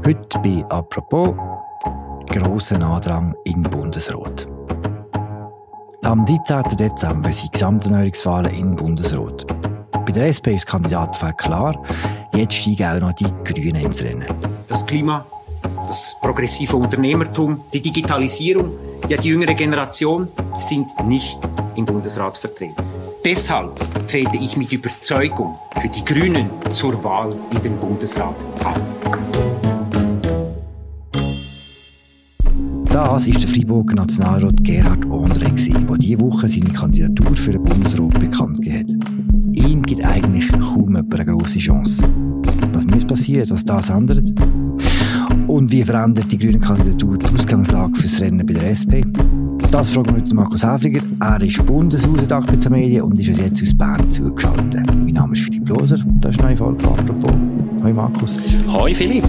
Heute bei «Apropos» grosser Andrang in den Bundesrat. Am 13. Dezember sind Gesamterneuerungswahlen in den Bundesrat. Bei der SP ist das Kandidatenfeld klar. Jetzt steigen auch noch die Grünen ins Rennen. Das Klima, das progressive Unternehmertum, die Digitalisierung, ja die jüngere Generation sind nicht im Bundesrat vertreten. Deshalb trete ich mit Überzeugung für die Grünen zur Wahl in den Bundesrat an. Das war der Freiburger Nationalrat Gerhard Ondre, der diese Woche seine Kandidatur für den Bundesrat bekannt gegeben hat. Ihm gibt eigentlich kaum jemand eine grosse Chance. Was muss passieren, dass das ändert? Und wie verändert die grüne Kandidatur die Ausgangslage für das Rennen bei der SP? Das fragen wir heute Markus Häfliger. Er ist Bundeshausredakteur bei den Medien und ist uns jetzt aus Bern zugeschaltet. Mein Name ist Philipp Loser. Das ist eine neue Folge von «Apropos». Hoi Markus. Hoi Philipp.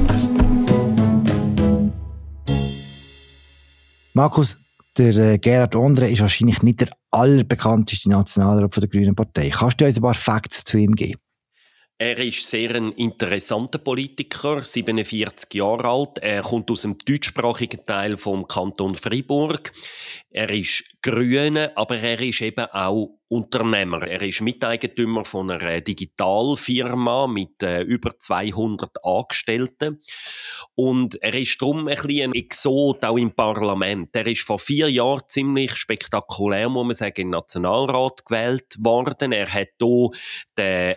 Markus, der Gerhard Ondre ist wahrscheinlich nicht der allerbekannteste Nationalrat der Grünen Partei. Kannst du uns ein paar Facts zu ihm geben? Er ist sehr ein interessanter Politiker, 47 Jahre alt. Er kommt aus dem deutschsprachigen Teil vom Kanton Freiburg. Er ist Grüne, aber er ist eben auch Unternehmer. Er ist Miteigentümer von einer Digitalfirma mit über 200 Angestellten. Und er ist darum ein bisschen ein Exot auch im Parlament. Er ist vor 4 Jahren ziemlich spektakulär, muss man sagen, in den Nationalrat gewählt worden. Er hat hier den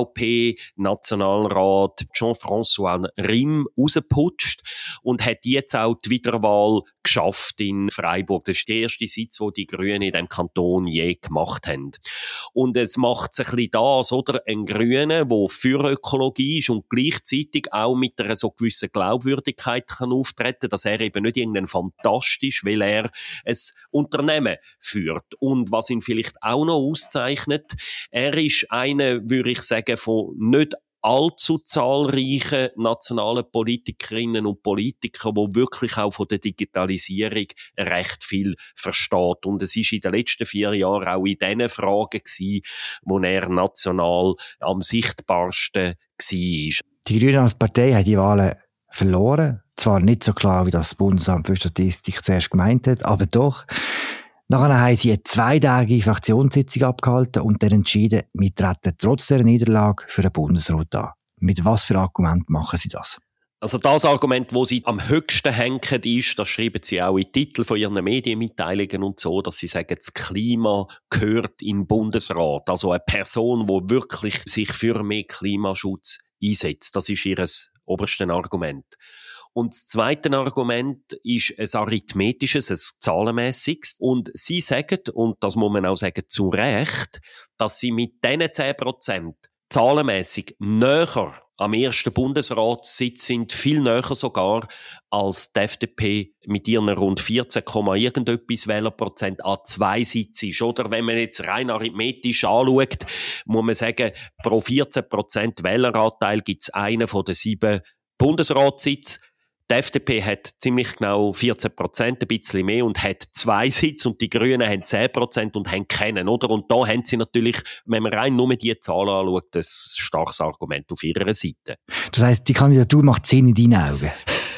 SVP-Nationalrat Jean-François Rym rausgeputscht und hat jetzt auch die Wiederwahl geschafft in Freiburg. Das ist der erste Sitz, den die Grünen in diesem Kanton je gemacht haben. Und es macht sich ein bisschen das, oder? Ein Grüner, der für Ökologie ist und gleichzeitig auch mit einer so gewissen Glaubwürdigkeit kann auftreten, dass er eben nicht irgendein fantastisch, weil er ein Unternehmen führt. Und was ihn vielleicht auch noch auszeichnet, er ist einer, würde ich sagen, von nicht allzu zahlreichen nationalen Politikerinnen und Politikern, die wirklich auch von der Digitalisierung recht viel versteht. Und es ist in den letzten 4 Jahren auch in diesen Fragen gewesen, wo er national am sichtbarsten war. Die Grünen als Partei haben die Wahlen verloren. Zwar nicht so klar, wie das Bundesamt für Statistik zuerst gemeint hat, aber doch. Nachher haben sie eine 2-tägige Fraktionssitzung abgehalten und dann entschieden, wir treten trotz der Niederlage für den Bundesrat an. Mit was für Argument machen sie das? Also das Argument, das sie am höchsten hängen, ist, das schreiben sie auch in die Titel von ihren Medienmitteilungen und so, dass sie sagen, das Klima gehört in den Bundesrat. Also eine Person, die wirklich sich für mehr Klimaschutz einsetzt. Das ist ihr oberstes Argument. Und das zweite Argument ist ein arithmetisches, ein zahlenmässiges. Und sie sagen, und das muss man auch sagen, zu Recht, dass sie mit diesen 10% zahlenmässig näher am ersten Bundesratssitz sind, viel näher sogar als die FDP mit ihren rund 14, irgendetwas Wählerprozent an 2 Sitzen ist. Oder wenn man jetzt rein arithmetisch anschaut, muss man sagen, pro 14% Wähleranteil gibt es einen von den 7 Bundesratssitzen. Die FDP hat ziemlich genau 14%, ein bisschen mehr, und hat 2 Sitze, und die Grünen haben 10% und haben keinen, oder? Und da haben sie natürlich, wenn man rein nur die Zahlen anschaut, ein starkes Argument auf ihrer Seite. Das heisst, die Kandidatur macht Sinn in deinen Augen?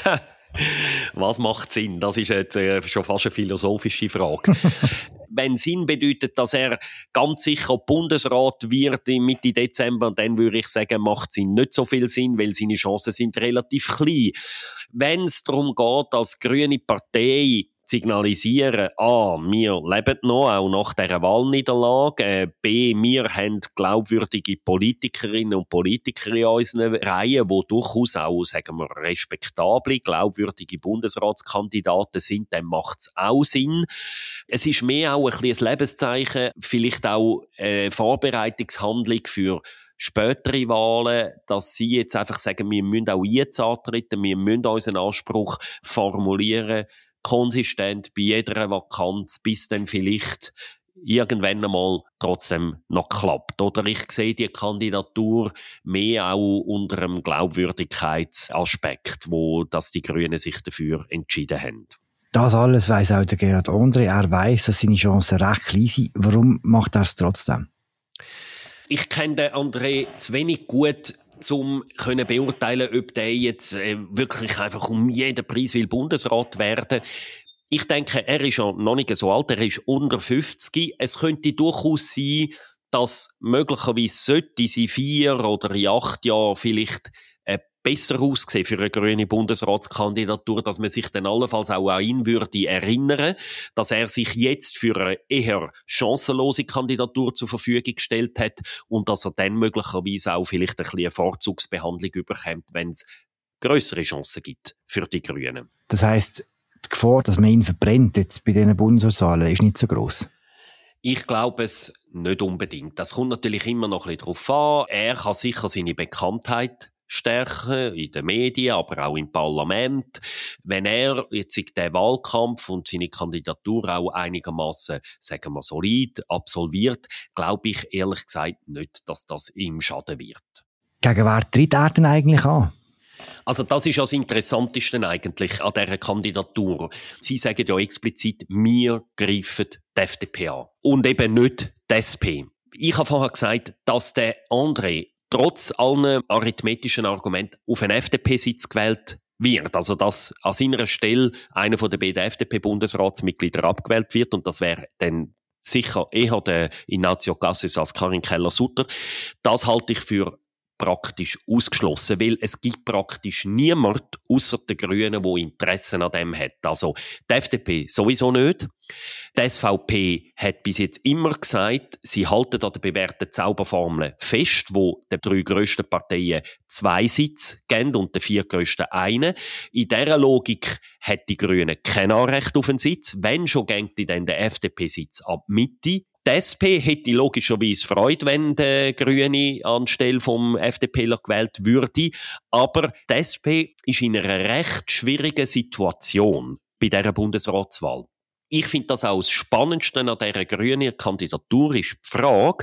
Was macht Sinn? Das ist jetzt schon fast eine philosophische Frage. Wenn Sinn bedeutet, dass er ganz sicher Bundesrat wird Mitte Dezember, dann würde ich sagen, macht Sinn nicht so viel Sinn, weil seine Chancen sind relativ klein. Wenn es darum geht, als grüne Partei signalisieren, A, wir leben noch, auch nach dieser Wahlniederlage, B, wir haben glaubwürdige Politikerinnen und Politiker in unseren Reihen, die durchaus auch, sagen wir, respektable, glaubwürdige Bundesratskandidaten sind, dann macht es auch Sinn. Es ist mehr auch ein bisschen ein Lebenszeichen, vielleicht auch eine Vorbereitungshandlung für spätere Wahlen, dass sie jetzt einfach sagen, wir müssen auch jetzt antreten, wir müssen unseren Anspruch formulieren, konsistent bei jeder Vakanz, bis dann vielleicht irgendwann einmal trotzdem noch klappt. Oder ich sehe die Kandidatur mehr auch unter einem Glaubwürdigkeitsaspekt, dass die Grünen sich dafür entschieden haben. Das alles weiss auch der Gerhard Ondre. Er weiss, dass seine Chancen recht klein sind. Warum macht er es trotzdem? Ich kenne den André zu wenig gut, um können beurteilen, ob der jetzt wirklich einfach um jeden Preis will Bundesrat werden. Ich denke, er ist ja noch nicht so alt, er ist unter 50. Es könnte durchaus sein, dass möglicherweise sollte sie 4 oder 8 Jahre vielleicht besser aussehen für eine grüne Bundesratskandidatur, dass man sich dann allenfalls auch an ihn würde erinnern, dass er sich jetzt für eine eher chancenlose Kandidatur zur Verfügung gestellt hat und dass er dann möglicherweise auch vielleicht ein bisschen eine Vorzugsbehandlung überkommt, wenn es grössere Chancen gibt für die Grünen. Das heisst, die Gefahr, dass man ihn verbrennt jetzt bei diesen Bundesratswahlen, ist nicht so gross. Ich glaube es nicht unbedingt. Das kommt natürlich immer noch ein bisschen darauf an. Er kann sicher seine Bekanntheit stärken in den Medien, aber auch im Parlament. Wenn er jetzt den Wahlkampf und seine Kandidatur auch einigermaßen, sagen wir, solid absolviert, glaube ich ehrlich gesagt nicht, dass das ihm schaden wird. Gegen wer tritt er denn eigentlich an? Also das ist ja das Interessanteste eigentlich an dieser Kandidatur. Sie sagen ja explizit, wir greifen die FDP an und eben nicht die SP. Ich habe vorher gesagt, dass der André trotz allen arithmetischen Argumenten auf einen FDP-Sitz gewählt wird. Also, dass an seiner Stelle einer der beiden FDP-Bundesratsmitglieder abgewählt wird. Und das wäre dann sicher eher der Ignazio Cassis als Karin Keller-Sutter. Das halte ich für praktisch ausgeschlossen, weil es gibt praktisch niemand ausser den Grünen, der Interessen an dem hat. Also die FDP sowieso nicht. Die SVP hat bis jetzt immer gesagt, sie halten an der bewährten Zauberformel fest, wo den 3 grössten Parteien 2 Sitze geben und den 4 grössten einen. In dieser Logik hat die Grünen kein Anrecht auf einen Sitz. Wenn schon, gängt dann der FDP-Sitz ab Mitte. Die SP hätte logischerweise Freude, wenn der Grüne anstelle vom FDPler gewählt würde. Aber die SP ist in einer recht schwierigen Situation bei dieser Bundesratswahl. Ich finde das auch das Spannendste an dieser grünen Kandidatur ist die Frage,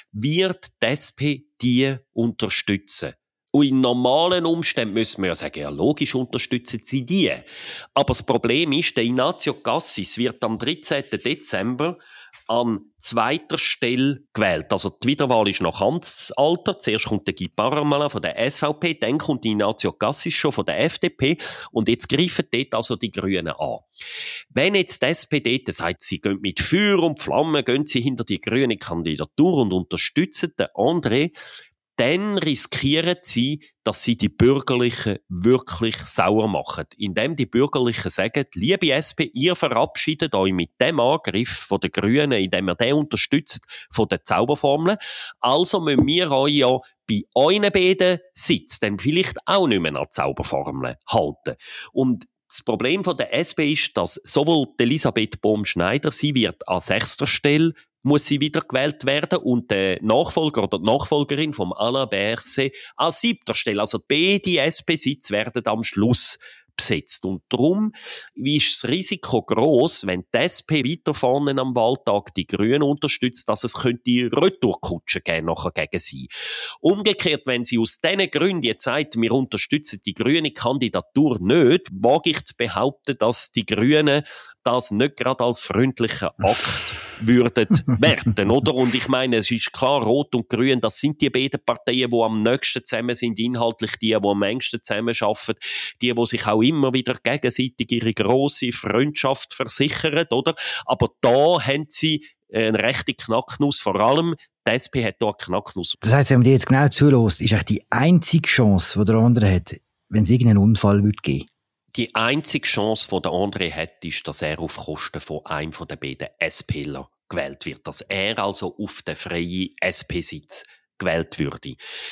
wird die SP die unterstützen? Und in normalen Umständen müssen wir ja sagen, ja, logisch unterstützen sie die. Aber das Problem ist, der Ignazio Cassis wird am 13. Dezember an 2. Stelle gewählt. Also die Wiederwahl ist nach Amtsalter. Zuerst kommt der Guy Parmelin von der SVP, dann kommt Ignazio Cassis schon von der FDP und jetzt greifen dort also die Grünen an. Wenn jetzt die SPD sagt, sie gehen mit Feuer und Flamme, gehen sie hinter die grüne Kandidatur und unterstützen den André, dann riskieren sie, dass sie die Bürgerlichen wirklich sauer machen. Indem die Bürgerlichen sagen, liebe SP, ihr verabschiedet euch mit dem Angriff von den Grünen, indem ihr den unterstützt, von den Zauberformeln. Also müssen wir euch ja bei euren beiden Sitzen dann vielleicht auch nicht mehr an die Zauberformeln halten. Und das Problem von der SP ist, dass sowohl Elisabeth Bohm-Schneider, sie wird an 6. Stelle muss sie wieder gewählt werden und der Nachfolger oder die Nachfolgerin vom Alain Berset an 7. Stelle. Also beide SP-Sitze werden am Schluss besetzt. Und darum ist das Risiko gross, wenn die SP weiter vorne am Wahltag die Grünen unterstützt, dass es könnte Retourkutschen geben nachher gegen sie. Umgekehrt, wenn sie aus diesen Gründen jetzt sagt, wir unterstützen die grüne Kandidatur nicht, wage ich zu behaupten, dass die Grünen das nicht gerade als freundlichen Akt würden werden, oder? Und ich meine, es ist klar, Rot und Grün, das sind die beiden Parteien, die am nächsten zusammen sind, inhaltlich die am engsten zusammenarbeiten, die sich auch immer wieder gegenseitig ihre grosse Freundschaft versichern, oder? Aber da haben sie eine rechte Knacknuss, vor allem die SP hat da eine Knacknuss. Das heisst, wenn man dir jetzt genau zuhört, ist eigentlich die einzige Chance, die der andere hat, wenn es irgendeinen Unfall geben würde? Die einzige Chance, die der André hat, ist, dass er auf Kosten von einem der beiden SPler gewählt wird. Dass er also auf den freien SP-Sitz gewählt würde.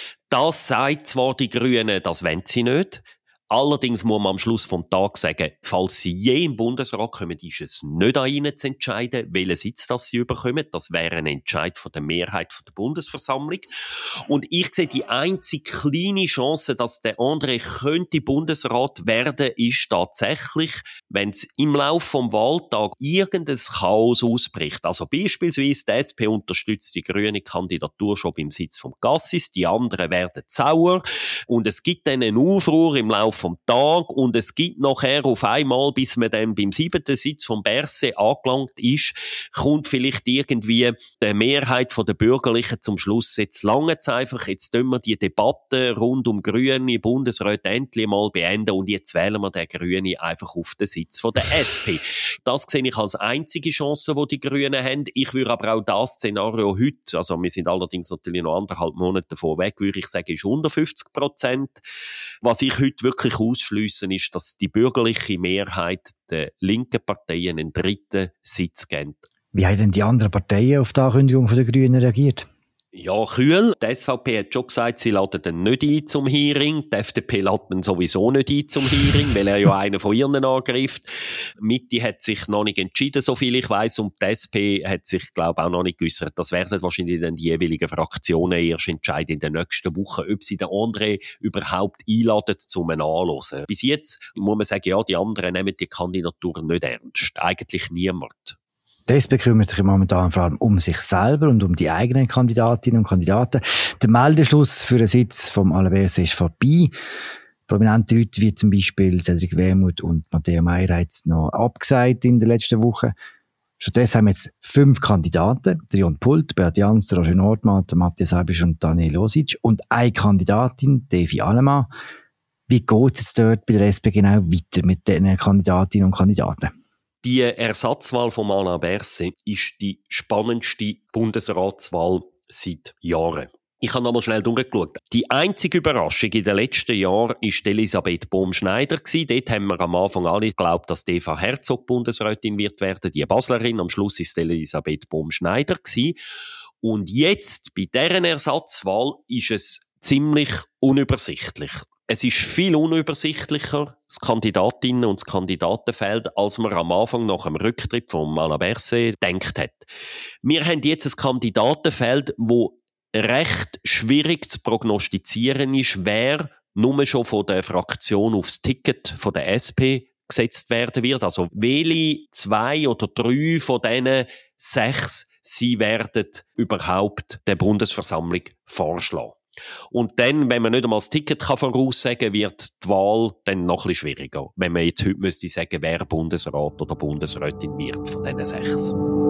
Das sagt zwar die Grünen, das wollen sie nicht. Allerdings muss man am Schluss vom Tag sagen, falls sie je im Bundesrat kommen, ist es nicht an ihnen zu entscheiden, welchen Sitz das sie überkommen. Das wäre ein Entscheid von der Mehrheit von der Bundesversammlung. Und ich sehe die einzige kleine Chance, dass der André könnte Bundesrat werden, ist tatsächlich, wenn es im Laufe vom Wahltag irgendein Chaos ausbricht. Also beispielsweise die SP unterstützt die grüne Kandidatur schon beim Sitz vom Cassis, die anderen werden sauer und es gibt dann einen Aufruhr im Laufe Verlauf vom Tag und es gibt nachher auf einmal, bis man dann beim 7. Sitz vom Berset angelangt ist, kommt vielleicht irgendwie die Mehrheit der Bürgerlichen zum Schluss, jetzt lange es einfach, jetzt tun wir die Debatte rund um grüne Bundesräte endlich mal beenden und jetzt wählen wir den Grüne einfach auf den Sitz von der SP. Das sehe ich als einzige Chance, die die Grünen haben. Ich würde aber auch das Szenario heute, also wir sind allerdings natürlich noch 1,5 Monate davon weg, würde ich sagen, ist unter 50%. Was ich heute wirklich ausschliessen ist, dass die bürgerliche Mehrheit der linken Parteien einen 3. Sitz gibt. Wie haben denn die anderen Parteien auf die Ankündigung der Grünen reagiert? Ja, kühl. Die SVP hat schon gesagt, sie laden ihn nicht ein zum Hearing. Die FDP lädt ihn sowieso nicht ein zum Hearing, weil er ja einen von ihren angreift. Mitte hat sich noch nicht entschieden, so viel ich weiss, und die SP hat sich, glaube ich, auch noch nicht geäussert. Das werden wahrscheinlich dann die jeweiligen Fraktionen erst entscheiden in den nächsten Wochen, ob sie den André überhaupt einladen zum Anhören. Bis jetzt muss man sagen, ja, die anderen nehmen die Kandidatur nicht ernst. Eigentlich niemand. Die SP kümmert sich momentan vor allem um sich selber und um die eigenen Kandidatinnen und Kandidaten. Der Meldeschluss für den Sitz vom Alain Berset ist vorbei. Prominente Leute wie zum Beispiel Cédric Wermuth und Matthäa Meier haben es noch abgesagt in den letzten Wochen. Stattdessen haben wir jetzt 5 Kandidaten. Der Jon Pult, Beat Jans, der Roger Nordmann, der Matthias Aebisch und Daniel Losic. Und eine Kandidatin, Evi Allemann. Wie geht es dort bei der SP genau weiter mit diesen Kandidatinnen und Kandidaten? Die Ersatzwahl von Alain Berset ist die spannendste Bundesratswahl seit Jahren. Ich habe nochmal schnell durchgeschaut. Die einzige Überraschung in den letzten Jahren war Elisabeth Bohm-Schneider. Dort haben wir am Anfang alle geglaubt, dass Eva Herzog Bundesrätin wird werden, die Baslerin. Am Schluss war es Elisabeth Bohm-Schneider. Und jetzt, bei deren Ersatzwahl, ist es ziemlich unübersichtlich. Es ist viel unübersichtlicher, das Kandidatinnen- und das Kandidatenfeld, als man am Anfang nach dem Rücktritt von Alain Berset gedacht hat. Wir haben jetzt ein Kandidatenfeld, wo recht schwierig zu prognostizieren ist, wer nur schon von der Fraktion aufs Ticket von der SP gesetzt werden wird. Also welche 2 oder 3 von diesen 6 sie werden überhaupt der Bundesversammlung vorschlagen. Und dann, wenn man nicht einmal das Ticket voraussagen kann, wird die Wahl dann noch ein bisschen schwieriger. Wenn man jetzt heute müsste sagen, wer Bundesrat oder Bundesrätin wird von diesen 6.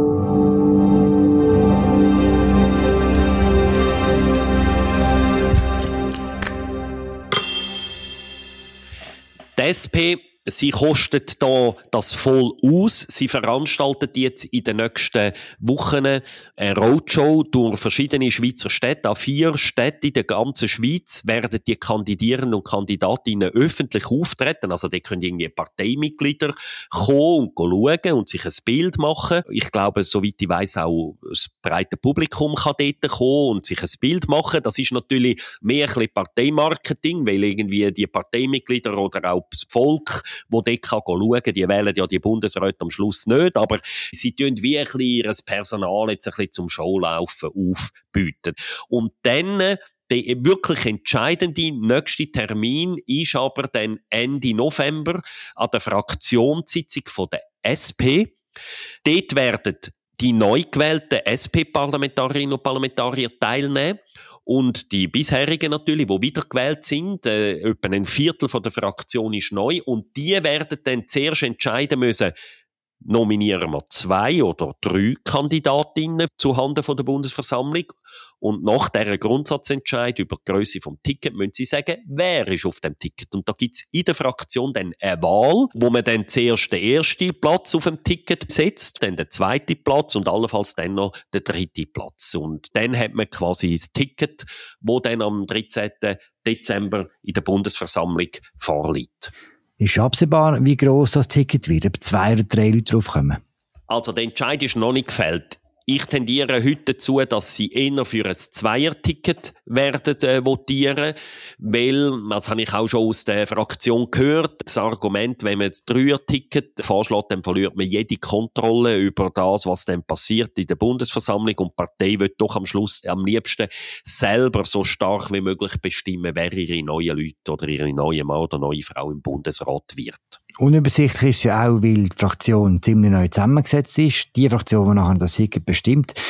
Die SP, sie kostet da das voll aus. Sie veranstaltet jetzt in den nächsten Wochen eine Roadshow durch verschiedene Schweizer Städte. An 4 Städten in der ganzen Schweiz werden die Kandidierenden und Kandidatinnen öffentlich auftreten. Also da können irgendwie Parteimitglieder kommen und schauen und sich ein Bild machen. Ich glaube, soweit ich weiss, auch das breite Publikum kann dort kommen und sich ein Bild machen. Das ist natürlich mehr ein bisschen Parteimarketing, weil irgendwie die Parteimitglieder oder auch das Volk, wo dort schauen kann, die wählen ja die Bundesräte am Schluss nicht, aber sie tun wie ein bisschen ihr Personal jetzt ein bisschen zum Showlaufen aufbieten. Und dann der wirklich entscheidende nächste Termin ist aber dann Ende November an der Fraktionssitzung von der SP. Dort werden die neu gewählten SP-Parlamentarierinnen und Parlamentarier teilnehmen. Und die bisherigen natürlich, die wiedergewählt sind, etwa ein Viertel von der Fraktion ist neu. Und die werden dann zuerst entscheiden müssen, nominieren wir 2 oder 3 Kandidatinnen zuhanden von der Bundesversammlung. Und nach dieser Grundsatzentscheid über die Grösse vom Ticket müssen sie sagen, wer ist auf dem Ticket. Und da gibt es in der Fraktion dann eine Wahl, wo man dann zuerst den ersten Platz auf dem Ticket setzt, dann den zweiten Platz und allenfalls dann noch den dritten Platz. Und dann hat man quasi das Ticket, das dann am 13. Dezember in der Bundesversammlung vorliegt. Ist absehbar, wie gross das Ticket wird, ob 2 oder 3 Leute draufkommen? Also der Entscheid ist noch nicht gefällt. Ich tendiere heute dazu, dass sie eher für ein Zweier-Ticket werden votieren, weil, das habe ich auch schon aus der Fraktion gehört, das Argument, wenn man das Dreier-Ticket vorschlägt, dann verliert man jede Kontrolle über das, was dann passiert in der Bundesversammlung, und die Partei will doch am Schluss am liebsten selber so stark wie möglich bestimmen, wer ihre neuen Leute oder ihre neue Mann oder neue Frau im Bundesrat wird. Unübersichtlich ist es ja auch, weil die Fraktion ziemlich neu zusammengesetzt ist. Die Fraktion, die nachher das Ticket bestimmt,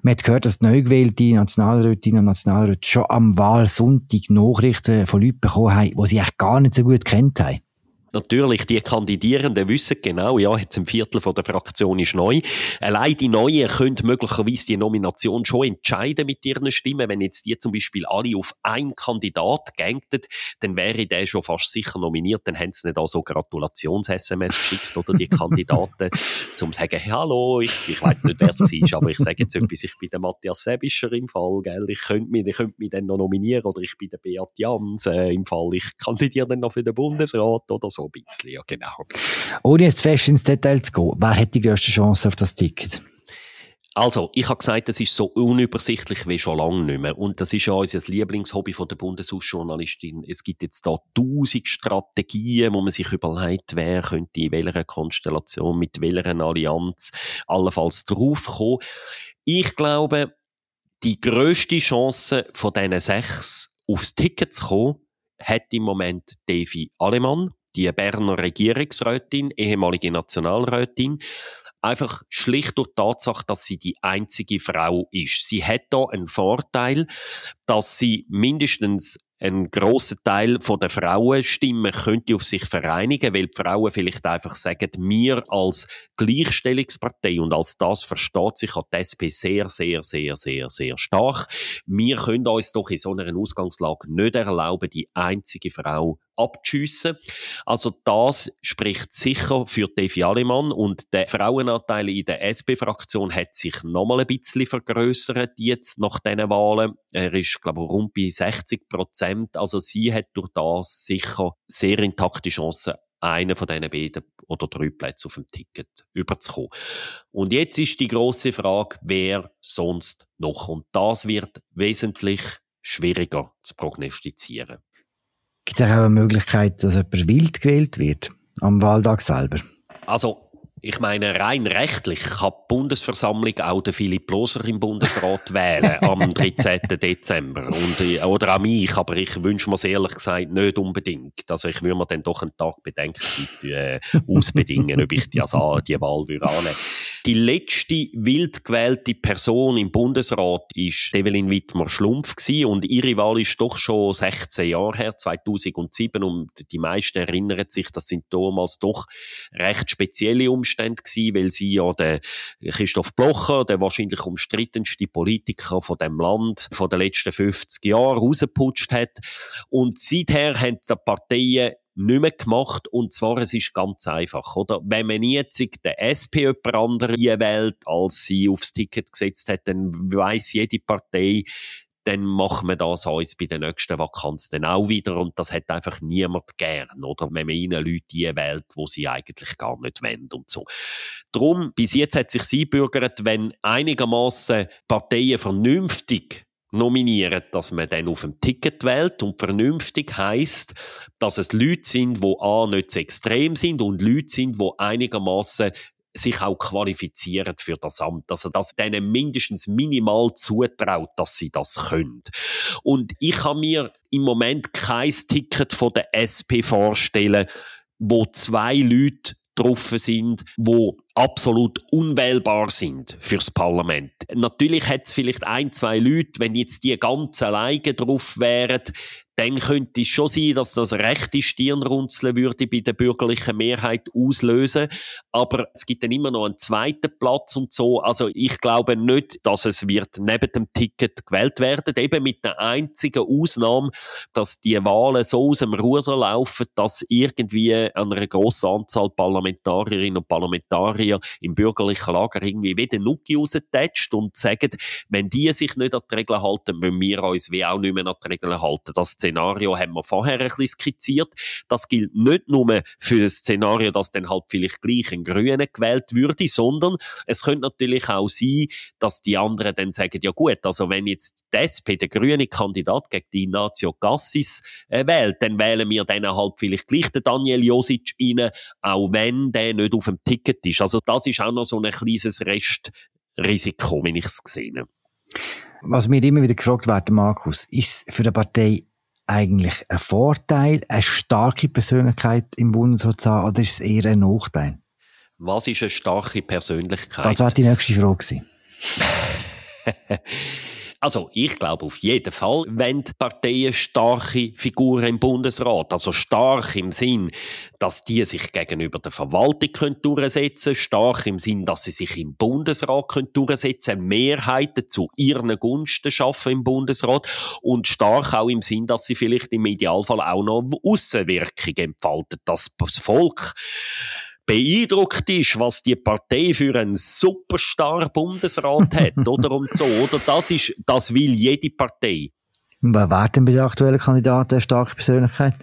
Man hat gehört, dass neu gewählte Nationalrätinnen und Nationalräte schon am Wahlsonntag Nachrichten von Leuten bekommen haben, die sie eigentlich gar nicht so gut kennt haben. Natürlich, die Kandidierenden wissen genau, ja, jetzt ein Viertel von der Fraktion ist neu. Allein die Neuen können möglicherweise die Nomination schon entscheiden mit ihren Stimmen. Wenn jetzt die zum Beispiel alle auf einen Kandidat gängten, dann wäre der schon fast sicher nominiert. Dann haben sie nicht auch so Gratulations-SMS geschickt, oder die Kandidaten, um zu sagen, hallo, ich weiss nicht, wer es war, aber ich sage jetzt etwas, ich bin der Matthias Sebischer im Fall, gell? Ich könnte mich dann noch nominieren, oder ich bin der Beat Jans im Fall, ich kandidiere dann noch für den Bundesrat oder so. Ein bisschen, ja, genau. Ohne jetzt fest ins Detail zu gehen, wer hat die grösste Chance auf das Ticket? Also, ich habe gesagt, das ist so unübersichtlich wie schon lange nicht mehr. Und das ist ja unser Lieblingshobby von der Bundeshausjournalistin. Es gibt jetzt da 1000 Strategien, wo man sich überlegt, wer könnte in welcher Konstellation, mit welcher Allianz allenfalls draufkommen. Ich glaube, die grösste Chance von diesen 6 aufs Ticket zu kommen, hat im Moment Evi Allemann, die Berner Regierungsrätin, ehemalige Nationalrätin, einfach schlicht durch die Tatsache, dass sie die einzige Frau ist. Sie hat da einen Vorteil, dass sie mindestens einen grossen Teil der Frauenstimmen könnte auf sich vereinigen, weil die Frauen vielleicht einfach sagen, wir als Gleichstellungspartei, und als das versteht sich die SP sehr, sehr, sehr, sehr, sehr stark, wir können uns doch in so einer Ausgangslage nicht erlauben, die einzige Frau abzuschiessen. Also das spricht sicher für Evi Allemann, und der Frauenanteil in der SP-Fraktion hat sich nochmal ein bisschen vergrössert jetzt nach diesen Wahlen. Er ist, glaube ich, rund bei 60%. Also sie hat durch das sicher sehr intakte Chancen, einen von diesen beiden oder 3 Plätze auf dem Ticket überzukommen. Und jetzt ist die grosse Frage, wer sonst noch? Und das wird wesentlich schwieriger zu prognostizieren. Gibt es auch eine Möglichkeit, dass jemand wild gewählt wird am Wahltag selber? Also, ich meine, rein rechtlich kann die Bundesversammlung auch den Philipp Loser im Bundesrat wählen am 13. Dezember. Oder auch mich, aber ich wünsche mir es ehrlich gesagt nicht unbedingt. Also ich würde mir dann doch einen Tag Bedenkzeit ausbedingen, ob ich die Wahl würde annehmen. Die letzte wild gewählte Person im Bundesrat war Evelyn Wittmer-Schlumpf gewesen, und ihre Wahl ist doch schon 16 Jahre her, 2007, und die meisten erinnern sich, das sind damals doch recht spezielle Umstände gewesen, weil sie ja den Christoph Blocher, der wahrscheinlich umstrittenste Politiker von dem Land von den letzten 50 Jahren, rausgeputscht hat. Und seither haben die Parteien nicht mehr gemacht, und zwar, es ist ganz einfach, oder? Wenn man jetzt der SP jemand anderen wählt, als sie aufs Ticket gesetzt hat, dann weiss jede Partei, dann machen wir das uns bei der nächsten Vakanz dann auch wieder, und das hat einfach niemand gern, oder? Wenn man ihnen Leute wählt, die sie eigentlich gar nicht wollen und so. Drum, bis jetzt hat sich eingebürgert, wenn einigermaßen Parteien vernünftig nominieren, dass man dann auf dem Ticket wählt, und vernünftig heisst, dass es Leute sind, die A, nicht zu extrem sind, und Leute sind, die einigermaßen sich auch qualifizieren für das Amt, also dass denen mindestens minimal zutraut, dass sie das können. Und ich kann mir im Moment kein Ticket von der SP vorstellen, wo 2 Leute drauf sind, wo absolut unwählbar sind fürs Parlament. Natürlich hat es vielleicht 1, 2 Leute, wenn jetzt die ganz alleine drauf wären, dann könnte es schon sein, dass das rechte Stirnrunzeln würde bei der bürgerlichen Mehrheit auslösen. Aber es gibt dann immer noch einen zweiten Platz und so. Also ich glaube nicht, dass es wird neben dem Ticket gewählt werden. Eben mit der einzigen Ausnahme, dass die Wahlen so aus dem Ruder laufen, dass irgendwie einer grossen Anzahl Parlamentarierinnen und Parlamentarier im bürgerlichen Lager irgendwie wie den Nuki raustätscht und sagen, wenn die sich nicht an die Regeln halten, müssen wir uns wie auch nicht mehr an die Regeln halten. Das Szenario haben wir vorher ein bisschen skizziert. Das gilt nicht nur für das Szenario, dass dann halt vielleicht gleich ein Grüner gewählt würde, sondern es könnte natürlich auch sein, dass die anderen dann sagen, ja gut, also wenn jetzt die SP, der grüne Kandidat gegen die Ignazio Cassis wählt, dann wählen wir dann halt vielleicht gleich den Daniel Josic rein, auch wenn der nicht auf dem Ticket ist. Also das ist auch noch so ein kleines Restrisiko, wenn ich es sehe. Was mir immer wieder gefragt wird, Markus, ist es für eine Partei eigentlich ein Vorteil, eine starke Persönlichkeit im Bundesrat zu haben, oder ist es eher ein Nachteil? Was ist eine starke Persönlichkeit? Das war die nächste Frage gewesen. Also, ich glaube auf jeden Fall, wenn die Parteien starke Figuren im Bundesrat, also stark im Sinn, dass die sich gegenüber der Verwaltung durchsetzen können, stark im Sinn, dass sie sich im Bundesrat durchsetzen können, Mehrheiten zu ihren Gunsten schaffen im Bundesrat und stark auch im Sinn, dass sie vielleicht im Idealfall auch noch Aussenwirkung entfalten, dass das Volk beeindruckt ist, was die Partei für einen superstar Bundesrat hat, oder und so, oder? Das will jede Partei. Wer wäre denn bei den aktuellen Kandidaten eine starke Persönlichkeit?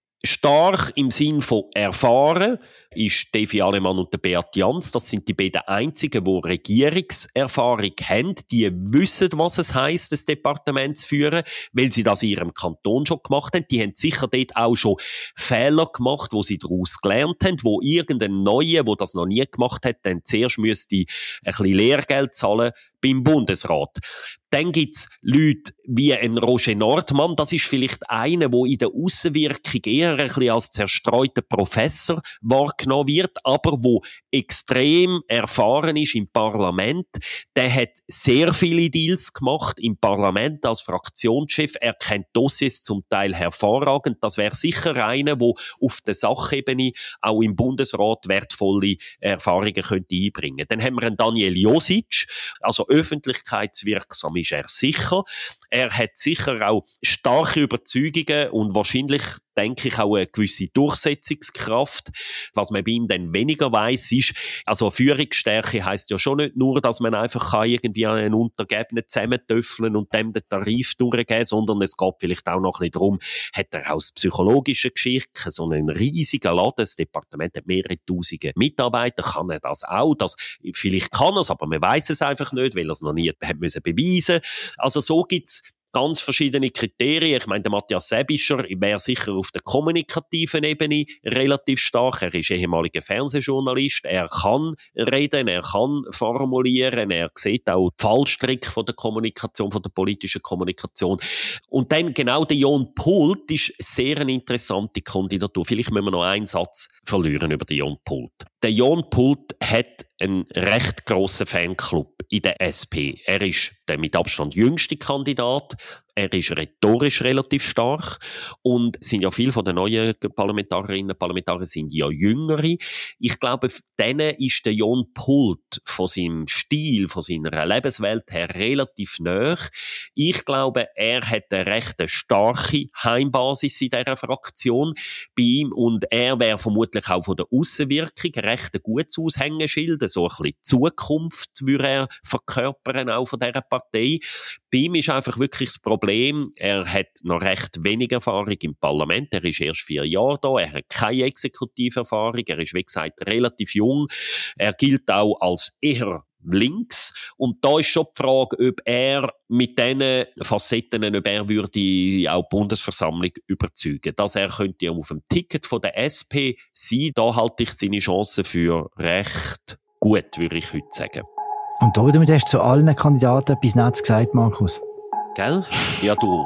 Stark im Sinn von erfahren ist Evi Allemann und der Beat Jans. Das sind die beiden einzigen, die Regierungserfahrung haben. Die wissen, was es heisst, das Departement zu führen, weil sie das in ihrem Kanton schon gemacht haben. Die haben sicher dort auch schon Fehler gemacht, wo sie daraus gelernt haben, wo irgendein Neuer, der das noch nie gemacht hat, dann zuerst müsste ein bisschen Lehrgeld zahlen beim Bundesrat. Dann gibt's Leute wie ein Roger Nordmann. Das ist vielleicht einer, der in der Aussenwirkung eher ein bisschen als zerstreuter Professor wahrgenommen wird, aber wo extrem erfahren ist im Parlament. Der hat sehr viele Deals gemacht im Parlament als Fraktionschef. Er kennt Dossiers zum Teil hervorragend. Das wäre sicher einer, der auf der Sachebene auch im Bundesrat wertvolle Erfahrungen könnte einbringen. Dann haben wir einen Daniel Josic, also öffentlichkeitswirksam ist er sicher. Er hat sicher auch starke Überzeugungen und wahrscheinlich, denke ich, auch eine gewisse Durchsetzungskraft. Was man bei ihm dann weniger weiss, ist, also Führungsstärke heisst ja schon nicht nur, dass man einfach irgendwie einen Untergebenen zusammentöffeln und dem den Tarif durchgeben, sondern es geht vielleicht auch noch ein bisschen darum, hat er auch das psychologische Geschick, so einen riesigen Laden, das Departement hat mehrere tausende Mitarbeiter, kann er das auch? Vielleicht kann er es, aber man weiss es einfach nicht, weil er es noch nie hat müssen beweisen. Also so gibt's ganz verschiedene Kriterien. Ich meine, der Matthias Säbischer wäre sicher auf der kommunikativen Ebene relativ stark. Er ist ehemaliger Fernsehjournalist. Er kann reden, er kann formulieren, er sieht auch die Fallstricke von der Kommunikation, von der politischen Kommunikation. Und dann genau der Jon Pult ist sehr eine interessante Kandidatur. Vielleicht müssen wir noch einen Satz verlieren über den Jon Pult. Der Jon Pult hat einen recht grossen Fanclub in der SP. Er ist der mit Abstand jüngste Kandidat. Er ist rhetorisch relativ stark und sind ja viele von den neuen Parlamentarierinnen und Parlamentarier sind ja Jüngere. Ich glaube, denen ist der Jon Pult von seinem Stil, von seiner Lebenswelt her relativ nahe. Ich glaube, er hat eine recht starke Heimbasis in dieser Fraktion bei ihm und er wäre vermutlich auch von der Aussenwirkung recht ein gutes Aushängeschild, so ein bisschen Zukunft würde er verkörpern auch von dieser Partei. Bei ihm ist einfach wirklich das Problem, er hat noch recht wenig Erfahrung im Parlament, er ist erst 4 Jahre da, er hat keine Exekutiverfahrung, er ist wie gesagt relativ jung, er gilt auch als eher links und da ist schon die Frage, ob er mit diesen Facetten, ob er würde auch die Bundesversammlung überzeugen. Dass er könnte auf dem Ticket von der SP sein, da halte ich seine Chancen für recht gut, würde ich heute sagen. Und damit hast du zu allen Kandidaten etwas Nettes gesagt, Markus. Gell? Ja, du.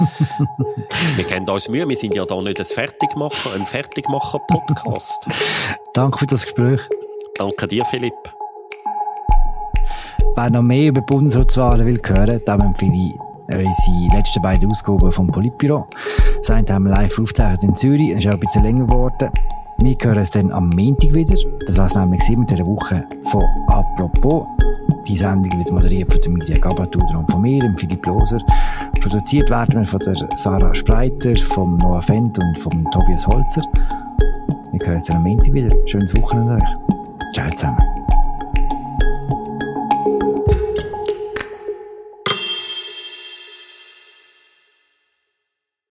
Wir kennen uns Mühe, wir sind ja da nicht ein Fertigmacher-Podcast. Danke für das Gespräch. Danke dir, Philipp. Wer noch mehr über Bundesratswahlen will hören, dann empfehle ich unsere letzten beiden Ausgaben vom Politbüro. Das eine haben wir live aufgezeichnet in Zürich, das ist auch ein bisschen länger geworden. Wir hören es dann am Montag wieder. Das war es nämlich mit dieser Woche von «Apropos». Die Sendung wird moderiert von der Mirja Gabatuder und von mir, Philipp Loser. Produziert werden wir von der Sarah Spreiter, vom Noah Fendt und vom Tobias Holzer. Wir hören uns dann am Montag wieder. Schönes Wochenende euch. Ciao zusammen.